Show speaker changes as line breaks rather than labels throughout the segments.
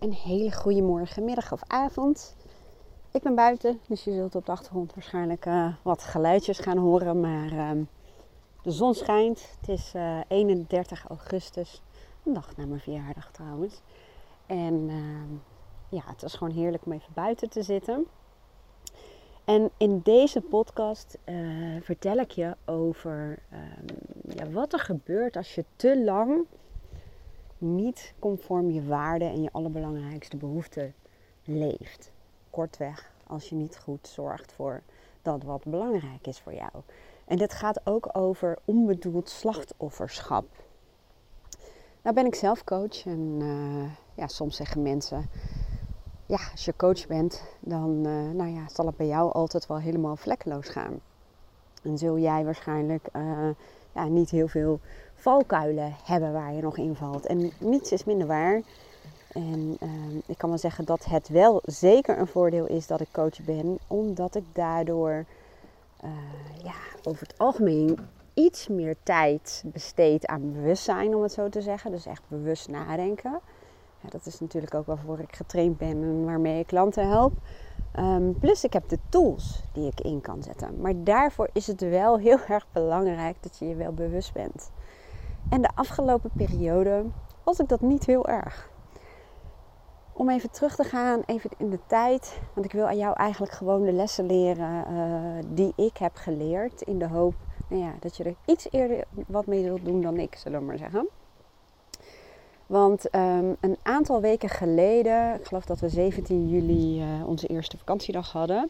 Een hele goede morgen, middag of avond. Ik ben buiten, dus je zult op de achtergrond waarschijnlijk wat geluidjes gaan horen. Maar de zon schijnt. Het is 31 augustus, een dag na mijn verjaardag trouwens. En het is gewoon heerlijk om even buiten te zitten. En in deze podcast vertel ik je over wat er gebeurt als je te lang niet conform je waarden en je allerbelangrijkste behoeften leeft. Kortweg, als je niet goed zorgt voor dat wat belangrijk is voor jou. En dit gaat ook over onbedoeld slachtofferschap. Nou ben ik zelf coach en soms zeggen mensen, als je coach bent, dan zal het bij jou altijd wel helemaal vlekkeloos gaan. En zul jij waarschijnlijk niet heel veel valkuilen hebben waar je nog in valt. En niets is minder waar. En ik kan wel zeggen dat het wel zeker een voordeel is dat ik coach ben. Omdat ik daardoor over het algemeen iets meer tijd besteed aan bewustzijn, om het zo te zeggen. Dus echt bewust nadenken. Ja, dat is natuurlijk ook waarvoor ik getraind ben en waarmee ik klanten help. Plus ik heb de tools die ik in kan zetten. Maar daarvoor is het wel heel erg belangrijk dat je je wel bewust bent. En de afgelopen periode was ik dat niet heel erg. Om even terug te gaan, even in de tijd. Want ik wil aan jou eigenlijk gewoon de lessen leren die ik heb geleerd. In de hoop dat je er iets eerder wat mee zult doen dan ik, zullen we maar zeggen. Want een aantal weken geleden, ik geloof dat we 17 juli onze eerste vakantiedag hadden.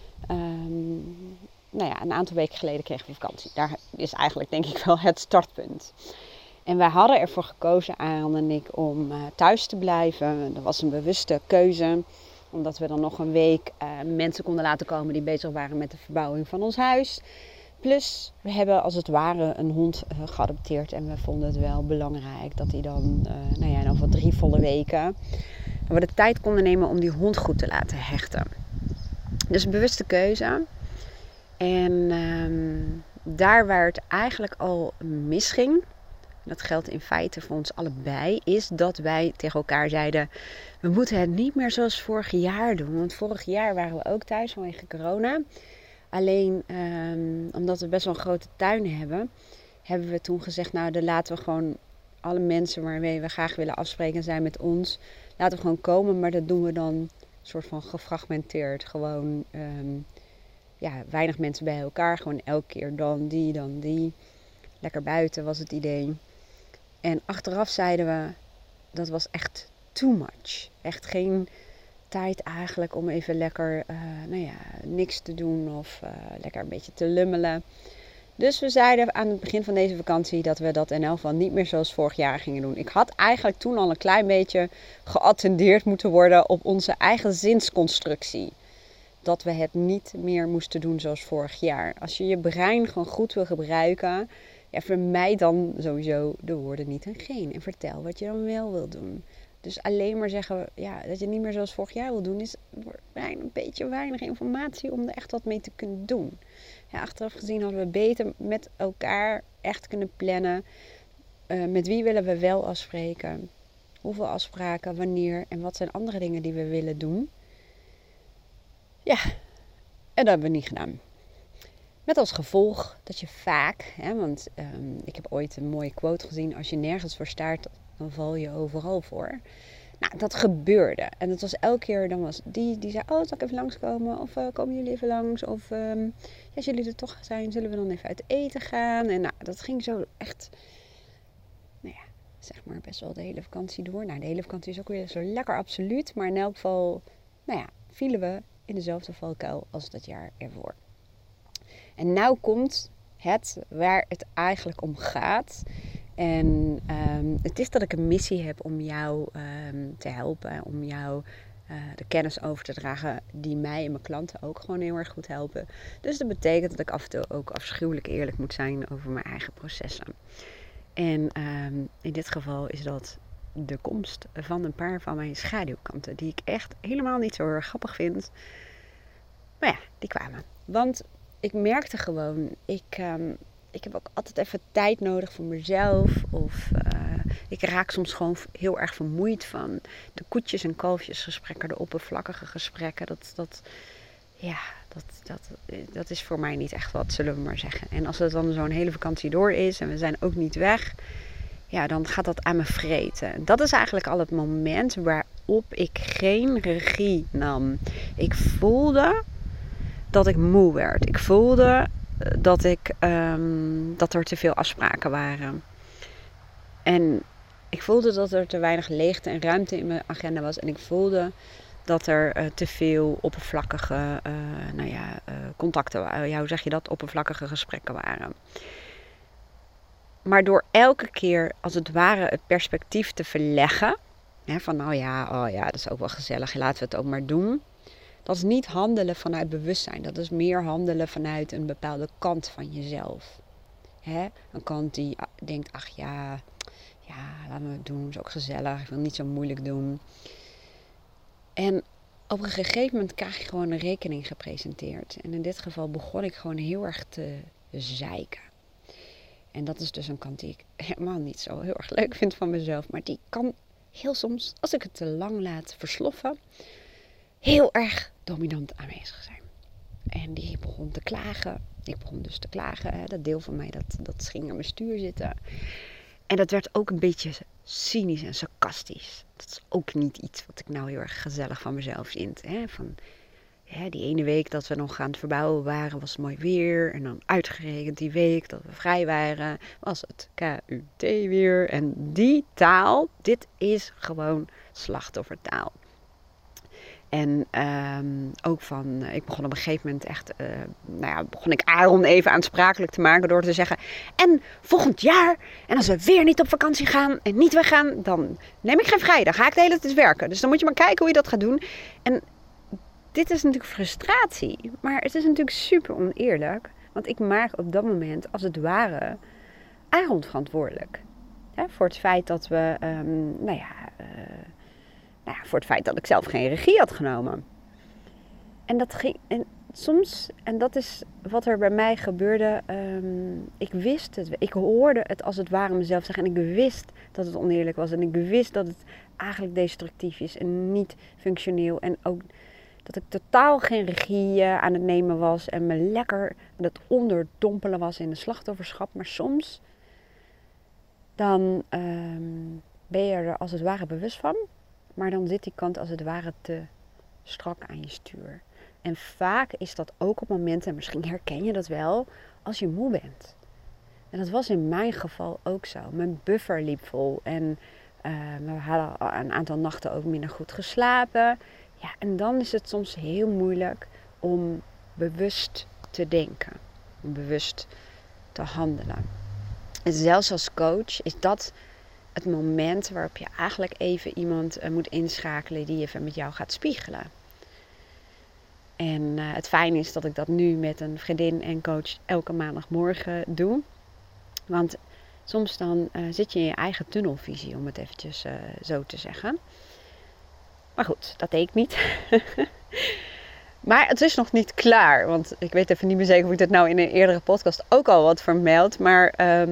Een aantal weken geleden kregen we vakantie. Daar is eigenlijk denk ik wel het startpunt. En wij hadden ervoor gekozen, Aaron en ik, om thuis te blijven. Dat was een bewuste keuze. Omdat we dan nog een week mensen konden laten komen die bezig waren met de verbouwing van ons huis. Plus, we hebben als het ware een hond geadopteerd. En we vonden het wel belangrijk dat hij dan, voor 3 volle weken, we de tijd konden nemen om die hond goed te laten hechten. Dus een bewuste keuze. En daar waar het eigenlijk al misging, dat geldt in feite voor ons allebei, is dat wij tegen elkaar zeiden, we moeten het niet meer zoals vorig jaar doen. Want vorig jaar waren we ook thuis vanwege corona. Alleen omdat we best wel een grote tuin hebben we toen gezegd, dan laten we gewoon alle mensen waarmee we graag willen afspreken zijn met ons, laten we gewoon komen. Maar dat doen we dan een soort van gefragmenteerd. Gewoon weinig mensen bij elkaar. Gewoon elke keer dan die. Lekker buiten was het idee. En achteraf zeiden we, dat was echt too much. Echt geen tijd eigenlijk om even lekker niks te doen of lekker een beetje te lummelen. Dus we zeiden aan het begin van deze vakantie dat we dat in elk geval niet meer zoals vorig jaar gingen doen. Ik had eigenlijk toen al een klein beetje geattendeerd moeten worden op onze eigen zinsconstructie. Dat we het niet meer moesten doen zoals vorig jaar. Als je je brein gewoon goed wil gebruiken, vermijd dan sowieso de woorden niet en geen. En vertel wat je dan wel wil doen. Dus alleen maar zeggen dat je niet meer zoals vorig jaar wil doen, is een beetje weinig informatie om er echt wat mee te kunnen doen. Ja, achteraf gezien hadden we beter met elkaar echt kunnen plannen. Met wie willen we wel afspreken? Hoeveel afspraken, wanneer en wat zijn andere dingen die we willen doen? Ja, en dat hebben we niet gedaan. Met als gevolg dat je vaak, want ik heb ooit een mooie quote gezien, als je nergens voor staat, dan val je overal voor. Nou, dat gebeurde. En dat was elke keer, dan was die zei, zal ik even langskomen? Of komen jullie even langs? Of als jullie er toch zijn, zullen we dan even uit eten gaan? En dat ging zo echt, zeg maar best wel de hele vakantie door. Nou, de hele vakantie is ook weer zo lekker absoluut. Maar in elk geval, vielen we in dezelfde valkuil als dat jaar ervoor. En nou komt het waar het eigenlijk om gaat. En het is dat ik een missie heb om jou te helpen. Om jou de kennis over te dragen die mij en mijn klanten ook gewoon heel erg goed helpen. Dus dat betekent dat ik af en toe ook afschuwelijk eerlijk moet zijn over mijn eigen processen. En in dit geval is dat de komst van een paar van mijn schaduwkanten. Die ik echt helemaal niet zo erg grappig vind. Maar die kwamen. Want ik merkte gewoon, ik heb ook altijd even tijd nodig voor mezelf. Of ik raak soms gewoon heel erg vermoeid van de koetjes- en kalfjesgesprekken, de oppervlakkige gesprekken. Dat is voor mij niet echt wat, zullen we maar zeggen. En als het dan zo'n hele vakantie door is en we zijn ook niet weg, ja, dan gaat dat aan me vreten. En dat is eigenlijk al het moment waarop ik geen regie nam. Ik voelde dat ik moe werd. Ik voelde dat er te veel afspraken waren. En ik voelde dat er te weinig leegte en ruimte in mijn agenda was. En ik voelde dat er te veel oppervlakkige contacten waren. Hoe zeg je dat? Oppervlakkige gesprekken waren. Maar door elke keer als het ware het perspectief te verleggen. Van oh ja, dat is ook wel gezellig. Laten we het ook maar doen. Dat is niet handelen vanuit bewustzijn. Dat is meer handelen vanuit een bepaalde kant van jezelf. Een kant die denkt, ach ja, laten we het doen. Dat is ook gezellig. Ik wil niet zo moeilijk doen. En op een gegeven moment krijg je gewoon een rekening gepresenteerd. En in dit geval begon ik gewoon heel erg te zeiken. En dat is dus een kant die ik helemaal niet zo heel erg leuk vind van mezelf. Maar die kan heel soms, als ik het te lang laat versloffen, heel erg dominant aanwezig zijn. En die begon te klagen. Ik begon dus te klagen. Dat deel van mij dat ging aan mijn stuur zitten. En dat werd ook een beetje cynisch en sarcastisch. Dat is ook niet iets wat ik nou heel erg gezellig van mezelf vind. Die ene week dat we nog aan het verbouwen waren, was het mooi weer. En dan uitgerekend die week dat we vrij waren, was het KUT weer. En die taal, dit is gewoon slachtoffertaal. En ook ik begon op een gegeven moment echt, begon ik Aaron even aansprakelijk te maken door te zeggen, en volgend jaar, en als we weer niet op vakantie gaan en niet weggaan, dan neem ik geen vrij, dan ga ik de hele tijd werken. Dus dan moet je maar kijken hoe je dat gaat doen. En dit is natuurlijk frustratie, maar het is natuurlijk super oneerlijk, want ik maak op dat moment, als het ware, Aaron verantwoordelijk. Voor het feit dat we, voor het feit dat ik zelf geen regie had genomen. En dat ging, en soms, en dat is wat er bij mij gebeurde, ik wist het, ik hoorde het als het ware mezelf zeggen en ik wist dat het oneerlijk was en ik wist dat het eigenlijk destructief is en niet functioneel en ook dat ik totaal geen regie aan het nemen was en me lekker aan het onderdompelen was in de slachtofferschap. Maar soms dan ben je er als het ware bewust van. Maar dan zit die kant als het ware te strak aan je stuur. En vaak is dat ook op momenten, en misschien herken je dat wel, als je moe bent. En dat was in mijn geval ook zo. Mijn buffer liep vol. En we hadden een aantal nachten ook minder goed geslapen. Ja, en dan is het soms heel moeilijk om bewust te denken. Om bewust te handelen. En zelfs als coach is dat het moment waarop je eigenlijk even iemand moet inschakelen die even met jou gaat spiegelen. En het fijne is dat ik dat nu met een vriendin en coach elke maandagmorgen doe. Want soms dan zit je in je eigen tunnelvisie, om het eventjes zo te zeggen. Maar goed, dat deed ik niet. Maar het is nog niet klaar. Want ik weet even niet meer zeker of ik dit nou in een eerdere podcast ook al wat vermeld. Maar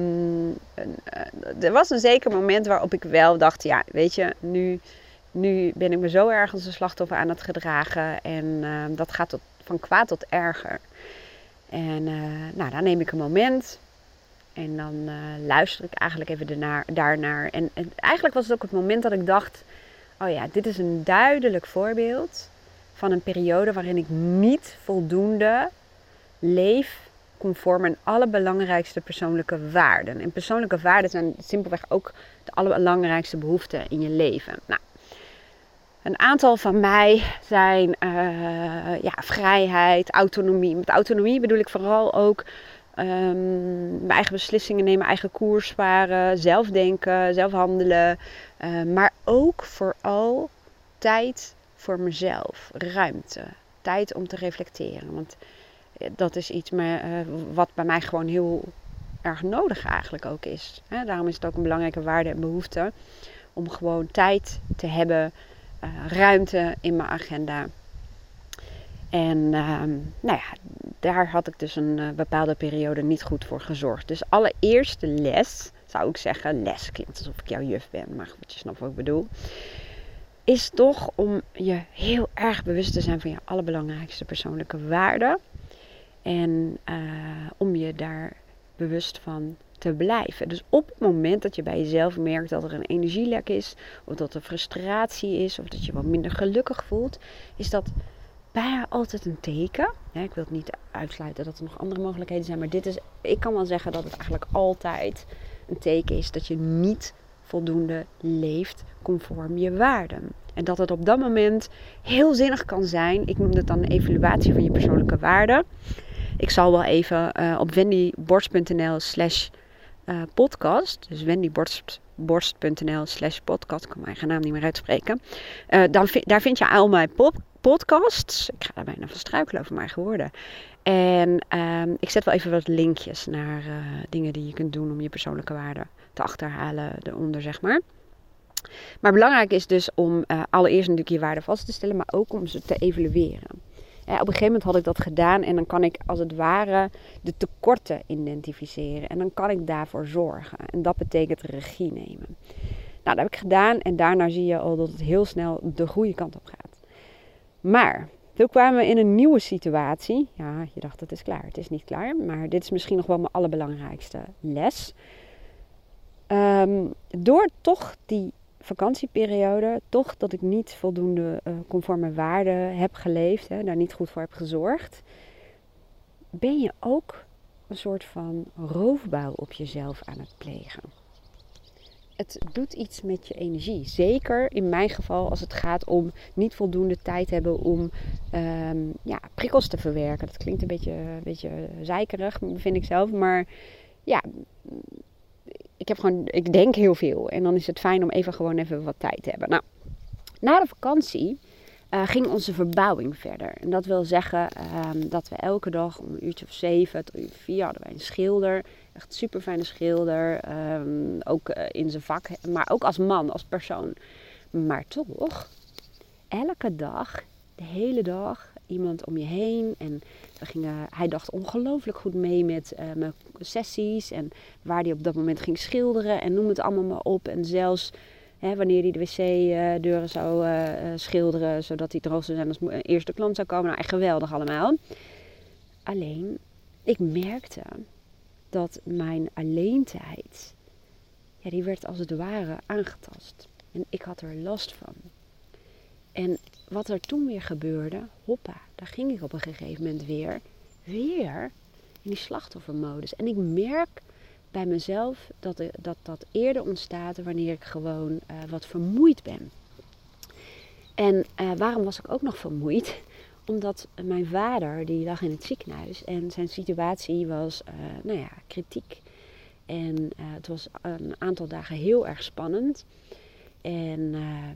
er was een zeker moment waarop ik wel dacht, ja, weet je, nu ben ik me zo erg als een slachtoffer aan het gedragen. En dat gaat van kwaad tot erger. En dan neem ik een moment. En dan luister ik eigenlijk even daarnaar. En eigenlijk was het ook het moment dat ik dacht, oh ja, dit is een duidelijk voorbeeld van een periode waarin ik niet voldoende leef conform mijn allerbelangrijkste persoonlijke waarden. En persoonlijke waarden zijn simpelweg ook de allerbelangrijkste behoeften in je leven. Nou, een aantal van mij zijn vrijheid, autonomie. Met autonomie bedoel ik vooral ook mijn eigen beslissingen nemen, eigen koers varen, zelf denken, zelf handelen. Maar ook vooral tijd voor mezelf, ruimte, tijd om te reflecteren. Want dat is iets wat bij mij gewoon heel erg nodig eigenlijk ook is. Daarom is het ook een belangrijke waarde en behoefte om gewoon tijd te hebben, ruimte in mijn agenda. En daar had ik dus een bepaalde periode niet goed voor gezorgd. Dus allereerste les zou ik zeggen, les klinkt alsof ik jouw juf ben, maar goed, je snapt wat ik bedoel. Is toch om je heel erg bewust te zijn van je allerbelangrijkste persoonlijke waarden. En om je daar bewust van te blijven. Dus op het moment dat je bij jezelf merkt dat er een energielek is, of dat er frustratie is, of dat je wat minder gelukkig voelt, is dat bijna altijd een teken. Ja, ik wil het niet uitsluiten dat er nog andere mogelijkheden zijn, maar ik kan wel zeggen dat het eigenlijk altijd een teken is dat je niet voldoende leeft conform je waarden. En dat het op dat moment heel zinnig kan zijn. Ik noem het dan een evaluatie van je persoonlijke waarden. Ik zal wel even op wendyborst.nl/podcast, dus wendyborst.nl/podcast, ik kan mijn eigen naam niet meer uitspreken. Daar vind je al mijn podcasts. Ik ga daar bijna van struikelen over mijn eigen woorden. En ik zet wel even wat linkjes naar dingen die je kunt doen om je persoonlijke waarden te achterhalen eronder, zeg maar. Maar belangrijk is dus om allereerst natuurlijk je waarden vast te stellen, maar ook om ze te evalueren. Op een gegeven moment had ik dat gedaan en dan kan ik als het ware de tekorten identificeren. En dan kan ik daarvoor zorgen. En dat betekent regie nemen. Nou, dat heb ik gedaan en daarna zie je al dat het heel snel de goede kant op gaat. Maar toen kwamen we in een nieuwe situatie. Ja, je dacht het is klaar. Het is niet klaar, maar dit is misschien nog wel mijn allerbelangrijkste les. Door toch die vakantieperiode, toch dat ik niet voldoende conform mijn waarden heb geleefd, daar niet goed voor heb gezorgd, ben je ook een soort van roofbouw op jezelf aan het plegen. Het doet iets met je energie. Zeker in mijn geval als het gaat om niet voldoende tijd hebben om prikkels te verwerken. Dat klinkt een beetje zeikerig, vind ik zelf, maar ja, ik denk heel veel. En dan is het fijn om even wat tijd te hebben. Nou, na de vakantie ging onze verbouwing verder. En dat wil zeggen dat we elke dag om 7:00 tot 4:00 hadden wij een schilder. Echt super fijne schilder. Ook in zijn vak. Maar ook als man, als persoon. Maar toch, elke dag, de hele dag, iemand om je heen. En hij dacht ongelooflijk goed mee met mijn sessies. En waar hij op dat moment ging schilderen. En noem het allemaal maar op. En zelfs wanneer hij de wc-deuren zou schilderen. Zodat hij droog zou zijn als eerste klant zou komen. Nou, echt geweldig allemaal. Alleen, ik merkte dat mijn alleentijd, die werd als het ware aangetast. En ik had er last van. En wat er toen weer gebeurde, hoppa, daar ging ik op een gegeven moment weer in die slachtoffermodus. En ik merk bij mezelf dat eerder ontstaat wanneer ik gewoon wat vermoeid ben. En waarom was ik ook nog vermoeid? Omdat mijn vader, die lag in het ziekenhuis en zijn situatie was, kritiek. En het was een aantal dagen heel erg spannend. En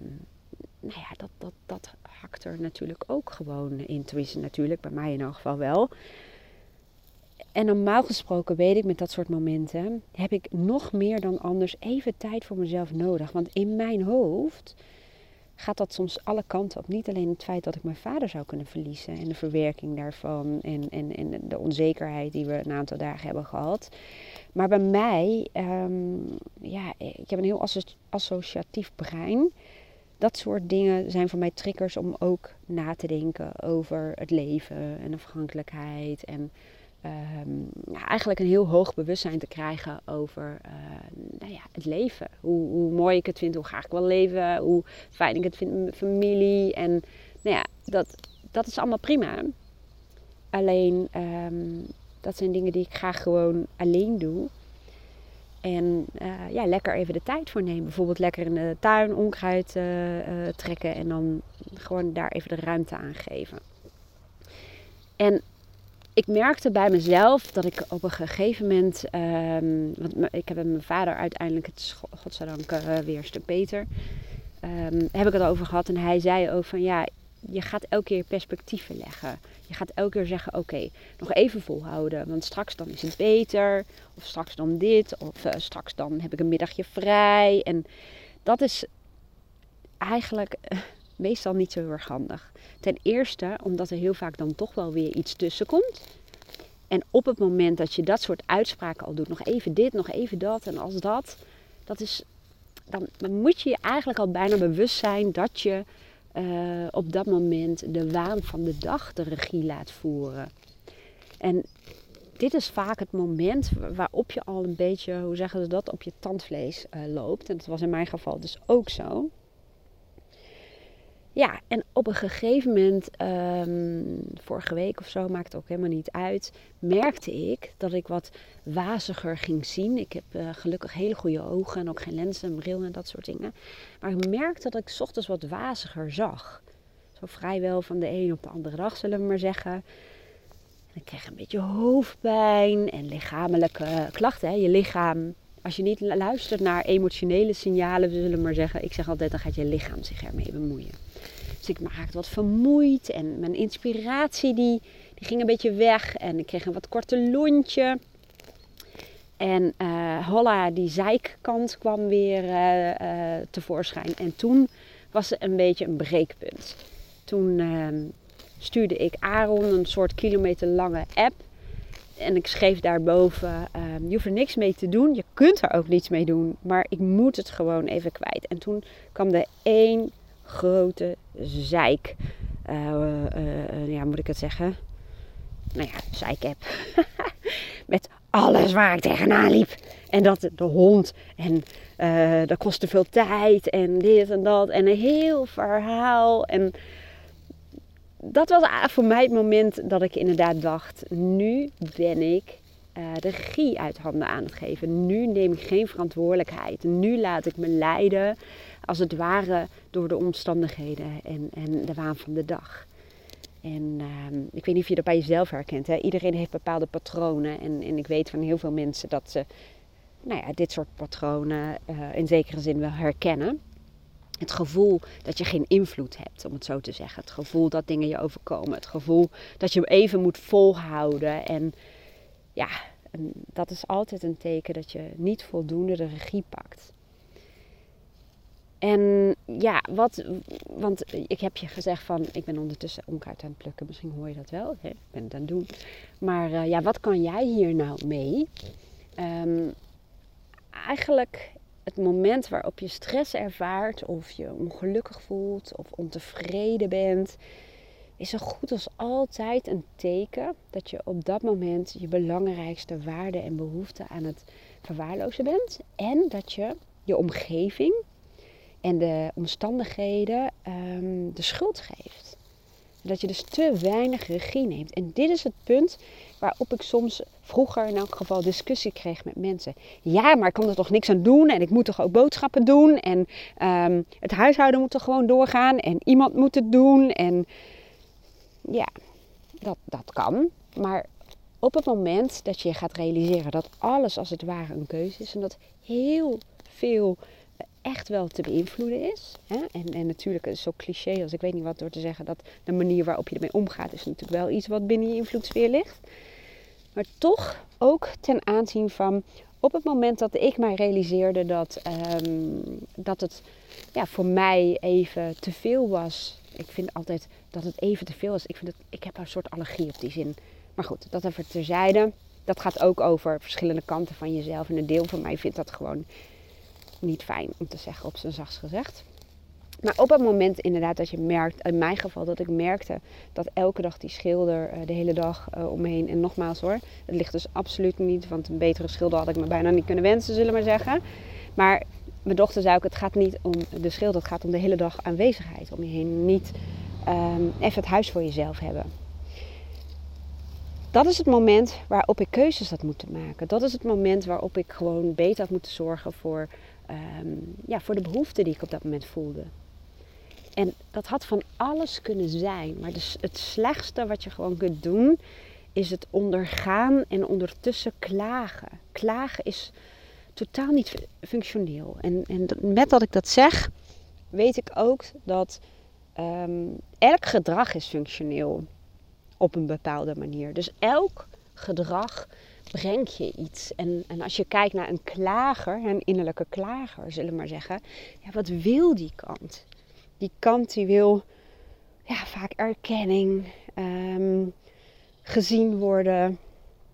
dat hakt er natuurlijk ook gewoon in. Tenminste natuurlijk, bij mij in elk geval wel. En normaal gesproken weet ik met dat soort momenten, heb ik nog meer dan anders even tijd voor mezelf nodig. Want in mijn hoofd gaat dat soms alle kanten op. Niet alleen het feit dat ik mijn vader zou kunnen verliezen en de verwerking daarvan en de onzekerheid die we een aantal dagen hebben gehad. Maar bij mij, ik heb een heel associatief brein. Dat soort dingen zijn voor mij triggers om ook na te denken over het leven en de vergankelijkheid. En eigenlijk een heel hoog bewustzijn te krijgen over het leven. Hoe mooi ik het vind, hoe graag ik wil leven, hoe fijn ik het vind met mijn familie. En dat is allemaal prima. Alleen, dat zijn dingen die ik graag gewoon alleen doe. En lekker even de tijd voor nemen. Bijvoorbeeld lekker in de tuin onkruid trekken en dan gewoon daar even de ruimte aan geven. En ik merkte bij mezelf dat ik op een gegeven moment, want ik heb met mijn vader uiteindelijk, het is godzijdank weer een stuk beter, heb ik het over gehad. En hij zei ook van je gaat elke keer perspectieven leggen. Je gaat elke keer zeggen, oké, nog even volhouden. Want straks dan is het beter. Of straks dan dit. Of straks dan heb ik een middagje vrij. En dat is eigenlijk meestal niet zo heel erg handig. Ten eerste, omdat er heel vaak dan toch wel weer iets tussen komt. En op het moment dat je dat soort uitspraken al doet, nog even dit, nog even dat en als dat, dan moet je je eigenlijk al bijna bewust zijn dat je op dat moment de waan van de dag de regie laat voeren. En dit is vaak het moment waarop je al een beetje, hoe zeggen ze dat, op je tandvlees loopt. En dat was in mijn geval dus ook zo. Ja, en op een gegeven moment, vorige week of zo, maakt het ook helemaal niet uit, merkte ik dat ik wat waziger ging zien. Ik heb gelukkig hele goede ogen en ook geen lens en bril en dat soort dingen. Maar ik merkte dat ik 's ochtends wat waziger zag. Zo vrijwel van de een op de andere dag, zullen we maar zeggen. En ik kreeg een beetje hoofdpijn en lichamelijke klachten. Hè. Je lichaam, als je niet luistert naar emotionele signalen, zullen we maar zeggen. Ik zeg altijd, dan gaat je lichaam zich ermee bemoeien. Dus ik raakte wat vermoeid en mijn inspiratie die ging een beetje weg. En ik kreeg een wat korter lontje. En holla, die zijkant kwam weer tevoorschijn. En toen was er een beetje een breekpunt. Toen stuurde ik Aaron een soort kilometerlange app. En ik schreef daarboven, je hoeft er niks mee te doen. Je kunt er ook niets mee doen. Maar ik moet het gewoon even kwijt. En toen kwam er één grote zeik. Moet ik het zeggen? Nou ja, zeik-app. Met alles waar ik tegenaan liep. En dat de hond. En dat kostte veel tijd. En dit en dat. En een heel verhaal. En dat was voor mij het moment dat ik inderdaad dacht, nu ben ik de regie uit handen aan het geven. Nu neem ik geen verantwoordelijkheid. Nu laat ik me leiden, als het ware, door de omstandigheden en de waan van de dag. En ik weet niet of je dat bij jezelf herkent. Hè? Iedereen heeft bepaalde patronen. En ik weet van heel veel mensen dat ze dit soort patronen in zekere zin wel herkennen. Het gevoel dat je geen invloed hebt, om het zo te zeggen. Het gevoel dat dingen je overkomen. Het gevoel dat je hem even moet volhouden. En ja, dat is altijd een teken dat je niet voldoende de regie pakt. En ja, want ik heb je gezegd van, ik ben ondertussen onkruid aan het plukken. Misschien hoor je dat wel, hè? Ik ben het aan het doen. Maar wat kan jij hier nou mee? Eigenlijk het moment waarop je stress ervaart of je ongelukkig voelt of ontevreden bent, is zo goed als altijd een teken dat je op dat moment je belangrijkste waarden en behoeften aan het verwaarlozen bent. En dat je je omgeving en de omstandigheden de schuld geeft. Dat je dus te weinig regie neemt. En dit is het punt waarop ik soms vroeger in elk geval discussie kreeg met mensen. Ja, maar ik kan er toch niks aan doen en ik moet toch ook boodschappen doen. En het huishouden moet toch gewoon doorgaan en iemand moet het doen. En ja, dat kan. Maar op het moment dat je gaat realiseren dat alles als het ware een keuze is. En dat heel veel echt wel te beïnvloeden is. Hè? En natuurlijk is het zo cliché als ik weet niet wat door te zeggen dat de manier waarop je ermee omgaat is natuurlijk wel iets wat binnen je invloedssfeer ligt. Maar toch ook ten aanzien van op het moment dat ik mij realiseerde dat het voor mij even te veel was. Ik vind altijd dat het even te veel is. Ik heb een soort allergie op die zin. Maar goed, dat even terzijde. Dat gaat ook over verschillende kanten van jezelf. En een deel van mij vindt dat gewoon niet fijn om te zeggen, op zijn zachtst gezegd. Maar op het moment inderdaad dat je merkt, in mijn geval dat ik merkte dat elke dag die schilder de hele dag om me heen. En nogmaals hoor, het ligt dus absoluut niet, want een betere schilder had ik me bijna niet kunnen wensen, zullen we maar zeggen. Maar mijn dochter zei ook, het gaat niet om de schilder, het gaat om de hele dag aanwezigheid om je heen. Niet even het huis voor jezelf hebben. Dat is het moment waarop ik keuzes had moeten maken. Dat is het moment waarop ik gewoon beter had moeten zorgen voor de behoeften die ik op dat moment voelde. En dat had van alles kunnen zijn. Maar dus het slechtste wat je gewoon kunt doen, is het ondergaan en ondertussen klagen. Klagen is totaal niet functioneel. En met dat ik dat zeg, weet ik ook dat elk gedrag is functioneel op een bepaalde manier. Dus elk gedrag brengt je iets. En als je kijkt naar een klager, een innerlijke klager, zullen we maar zeggen. Ja, wat wil die kant? Die kant die wil vaak erkenning, gezien worden,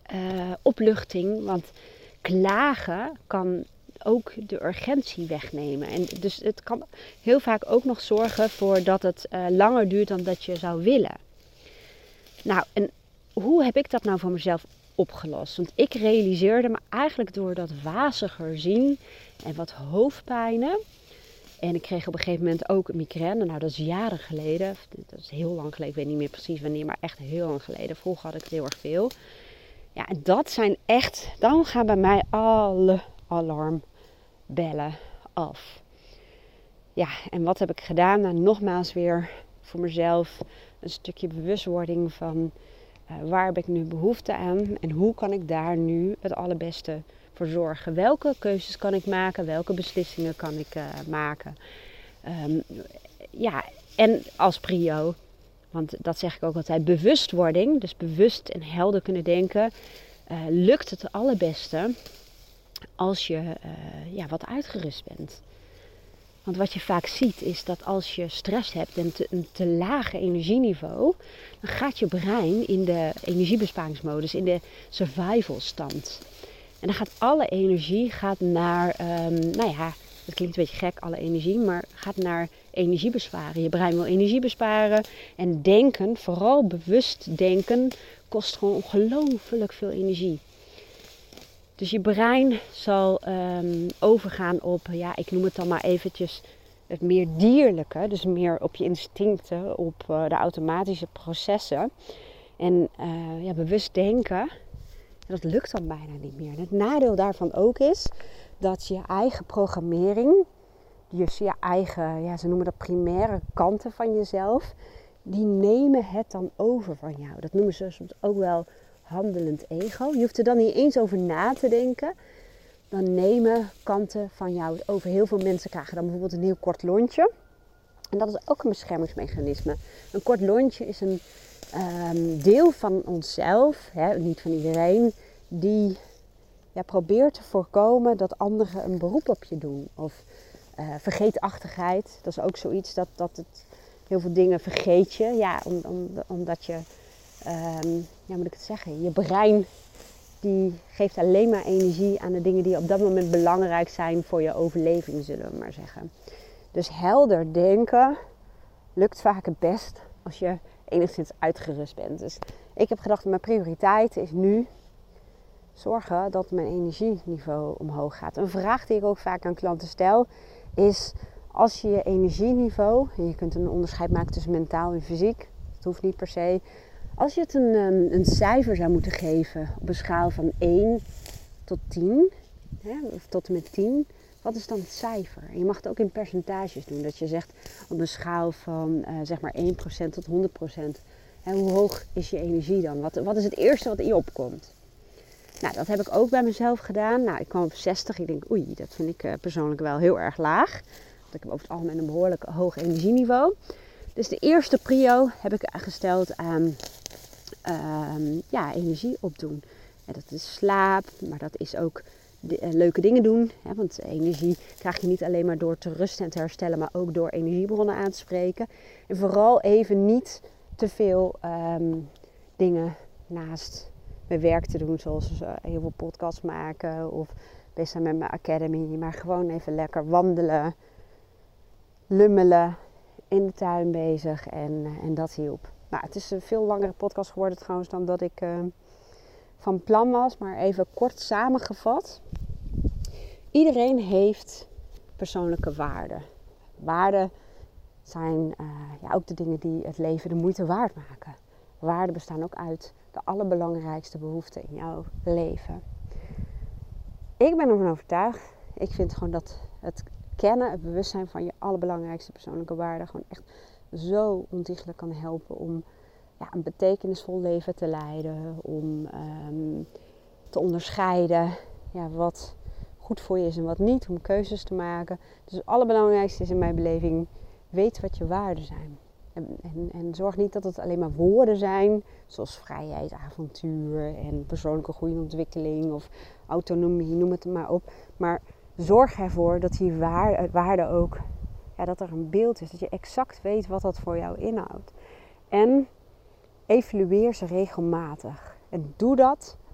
opluchting. Want klagen kan ook de urgentie wegnemen. En dus het kan heel vaak ook nog zorgen voor dat het langer duurt dan dat je zou willen. Nou, en hoe heb ik dat nou voor mezelf opgelost? Want ik realiseerde me eigenlijk door dat waziger zien en wat hoofdpijnen. En ik kreeg op een gegeven moment ook een migraine. Nou, dat is jaren geleden. Dat is heel lang geleden. Ik weet niet meer precies wanneer, maar echt heel lang geleden. Vroeger had ik het heel erg veel. Ja, en dat zijn echt... Dan gaan bij mij alle alarmbellen af. Ja, en wat heb ik gedaan? Nou, nogmaals weer voor mezelf een stukje bewustwording van... waar heb ik nu behoefte aan? En hoe kan ik daar nu het allerbeste voor zorgen? Welke keuzes kan ik maken? Welke beslissingen kan ik maken? En als prio, want dat zeg ik ook altijd, bewustwording, dus bewust en helder kunnen denken, lukt het allerbeste als je wat uitgerust bent. Want wat je vaak ziet is dat als je stress hebt en een te laag energieniveau, dan gaat je brein in de energiebesparingsmodus, in de survival stand. En dan gaat alle energie naar, dat klinkt een beetje gek, alle energie, maar gaat naar energie besparen. Je brein wil energie besparen en denken, vooral bewust denken, kost gewoon ongelooflijk veel energie. Dus je brein zal overgaan op, ik noem het dan maar eventjes, het meer dierlijke. Dus meer op je instincten, op de automatische processen. En bewust denken, dat lukt dan bijna niet meer. En het nadeel daarvan ook is dat je eigen programmering, dus je eigen, ze noemen dat primaire kanten van jezelf, die nemen het dan over van jou. Dat noemen ze soms ook wel handelend ego. Je hoeft er dan niet eens over na te denken. Dan nemen kanten van jou het over. Heel veel mensen krijgen dan bijvoorbeeld een heel kort lontje. En dat is ook een beschermingsmechanisme. Een kort lontje is een deel van onszelf, niet van iedereen, die probeert te voorkomen dat anderen een beroep op je doen. Of vergeetachtigheid, dat is ook zoiets dat het heel veel dingen vergeet je. Ja, omdat je, moet ik het zeggen, je brein die geeft alleen maar energie aan de dingen die op dat moment belangrijk zijn voor je overleving, zullen we maar zeggen. Dus helder denken lukt vaak het best als je enigszins uitgerust bent. Dus ik heb gedacht, mijn prioriteit is nu zorgen dat mijn energieniveau omhoog gaat. Een vraag die ik ook vaak aan klanten stel is, als je je energieniveau, en je kunt een onderscheid maken tussen mentaal en fysiek, dat hoeft niet per se. Als je het een cijfer zou moeten geven op een schaal van 1 tot 10, of tot en met 10, wat is dan het cijfer? En je mag het ook in percentages doen. Dat je zegt op een schaal van 1% tot 100%. Hoe hoog is je energie dan? Wat is het eerste wat in je opkomt? Nou, dat heb ik ook bij mezelf gedaan. Nou, ik kwam op 60. Ik denk, oei, dat vind ik persoonlijk wel heel erg laag. Want ik heb over het algemeen een behoorlijk hoog energieniveau. Dus de eerste prio heb ik gesteld aan energie opdoen. En dat is slaap, maar dat is ook leuke dingen doen. Want energie krijg je niet alleen maar door te rusten en te herstellen, maar ook door energiebronnen aan te spreken. En vooral even niet te veel dingen naast mijn werk te doen, zoals heel veel podcasts maken of bezig zijn met mijn academy. Maar gewoon even lekker wandelen, lummelen, in de tuin bezig en dat hielp. Nou, het is een veel langere podcast geworden trouwens dan dat ik van plan was, maar even kort samengevat. Iedereen heeft persoonlijke waarden. Waarden zijn ook de dingen die het leven de moeite waard maken. Waarden bestaan ook uit de allerbelangrijkste behoeften in jouw leven. Ik ben ervan overtuigd. Ik vind gewoon dat het kennen, het bewustzijn van je allerbelangrijkste persoonlijke waarden gewoon echt zo ontiegelijk kan helpen om een betekenisvol leven te leiden. Om te onderscheiden wat goed voor je is en wat niet. Om keuzes te maken. Dus het allerbelangrijkste is in mijn beleving, weet wat je waarden zijn. En zorg niet dat het alleen maar woorden zijn, zoals vrijheid, avontuur en persoonlijke groei en ontwikkeling of autonomie, noem het maar op. Maar zorg ervoor dat die waarde ook, dat er een beeld is, dat je exact weet wat dat voor jou inhoudt. En evalueer ze regelmatig. En doe dat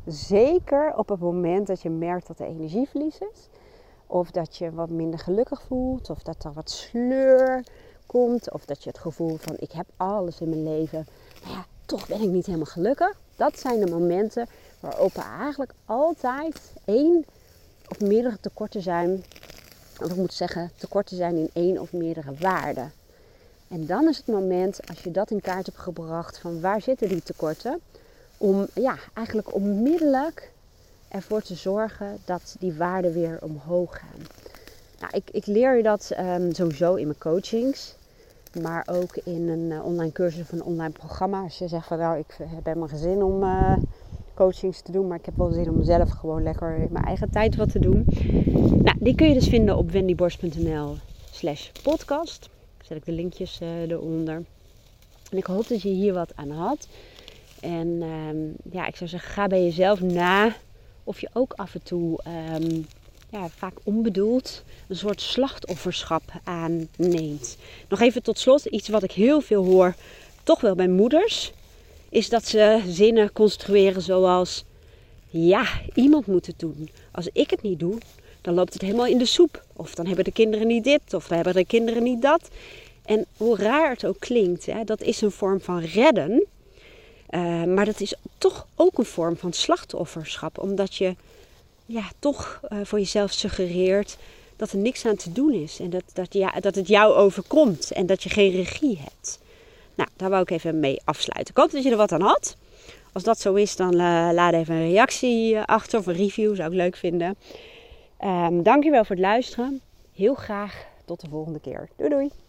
Zeker op het moment dat je merkt dat er energieverlies is. Of dat je wat minder gelukkig voelt. Of dat er wat sleur komt. Of dat je het gevoel van ik heb alles in mijn leven. Maar ja, toch ben ik niet helemaal gelukkig. Dat zijn de momenten waarop er eigenlijk altijd één of meerdere tekorten zijn. Of ik moet zeggen, tekorten zijn in één of meerdere waarden. En dan is het moment, als je dat in kaart hebt gebracht, van waar zitten die tekorten, om eigenlijk onmiddellijk ervoor te zorgen dat die waarden weer omhoog gaan. Nou, ik leer je dat sowieso in mijn coachings, maar ook in een online cursus of een online programma. Als je zegt van nou, ik heb helemaal geen zin om coachings te doen, maar ik heb wel zin om zelf gewoon lekker in mijn eigen tijd wat te doen. Nou, die kun je dus vinden op wendyborst.nl/podcast. Zet ik de linkjes eronder. En ik hoop dat je hier wat aan had. En ik zou zeggen, ga bij jezelf na of je ook af en toe vaak onbedoeld een soort slachtofferschap aanneemt. Nog even tot slot, iets wat ik heel veel hoor, toch wel bij moeders, is dat ze zinnen construeren zoals, ja, iemand moet het doen. Als ik het niet doe, dan loopt het helemaal in de soep. Of dan hebben de kinderen niet dit, of dan hebben de kinderen niet dat. En hoe raar het ook klinkt, hè, dat is een vorm van redden. Maar dat is toch ook een vorm van slachtofferschap. Omdat je toch voor jezelf suggereert dat er niks aan te doen is. En dat het jou overkomt en dat je geen regie hebt. Nou, daar wou ik even mee afsluiten. Ik hoop dat je er wat aan had. Als dat zo is, dan laat even een reactie achter of een review. Zou ik leuk vinden. Dankjewel voor het luisteren. Heel graag tot de volgende keer. Doei doei.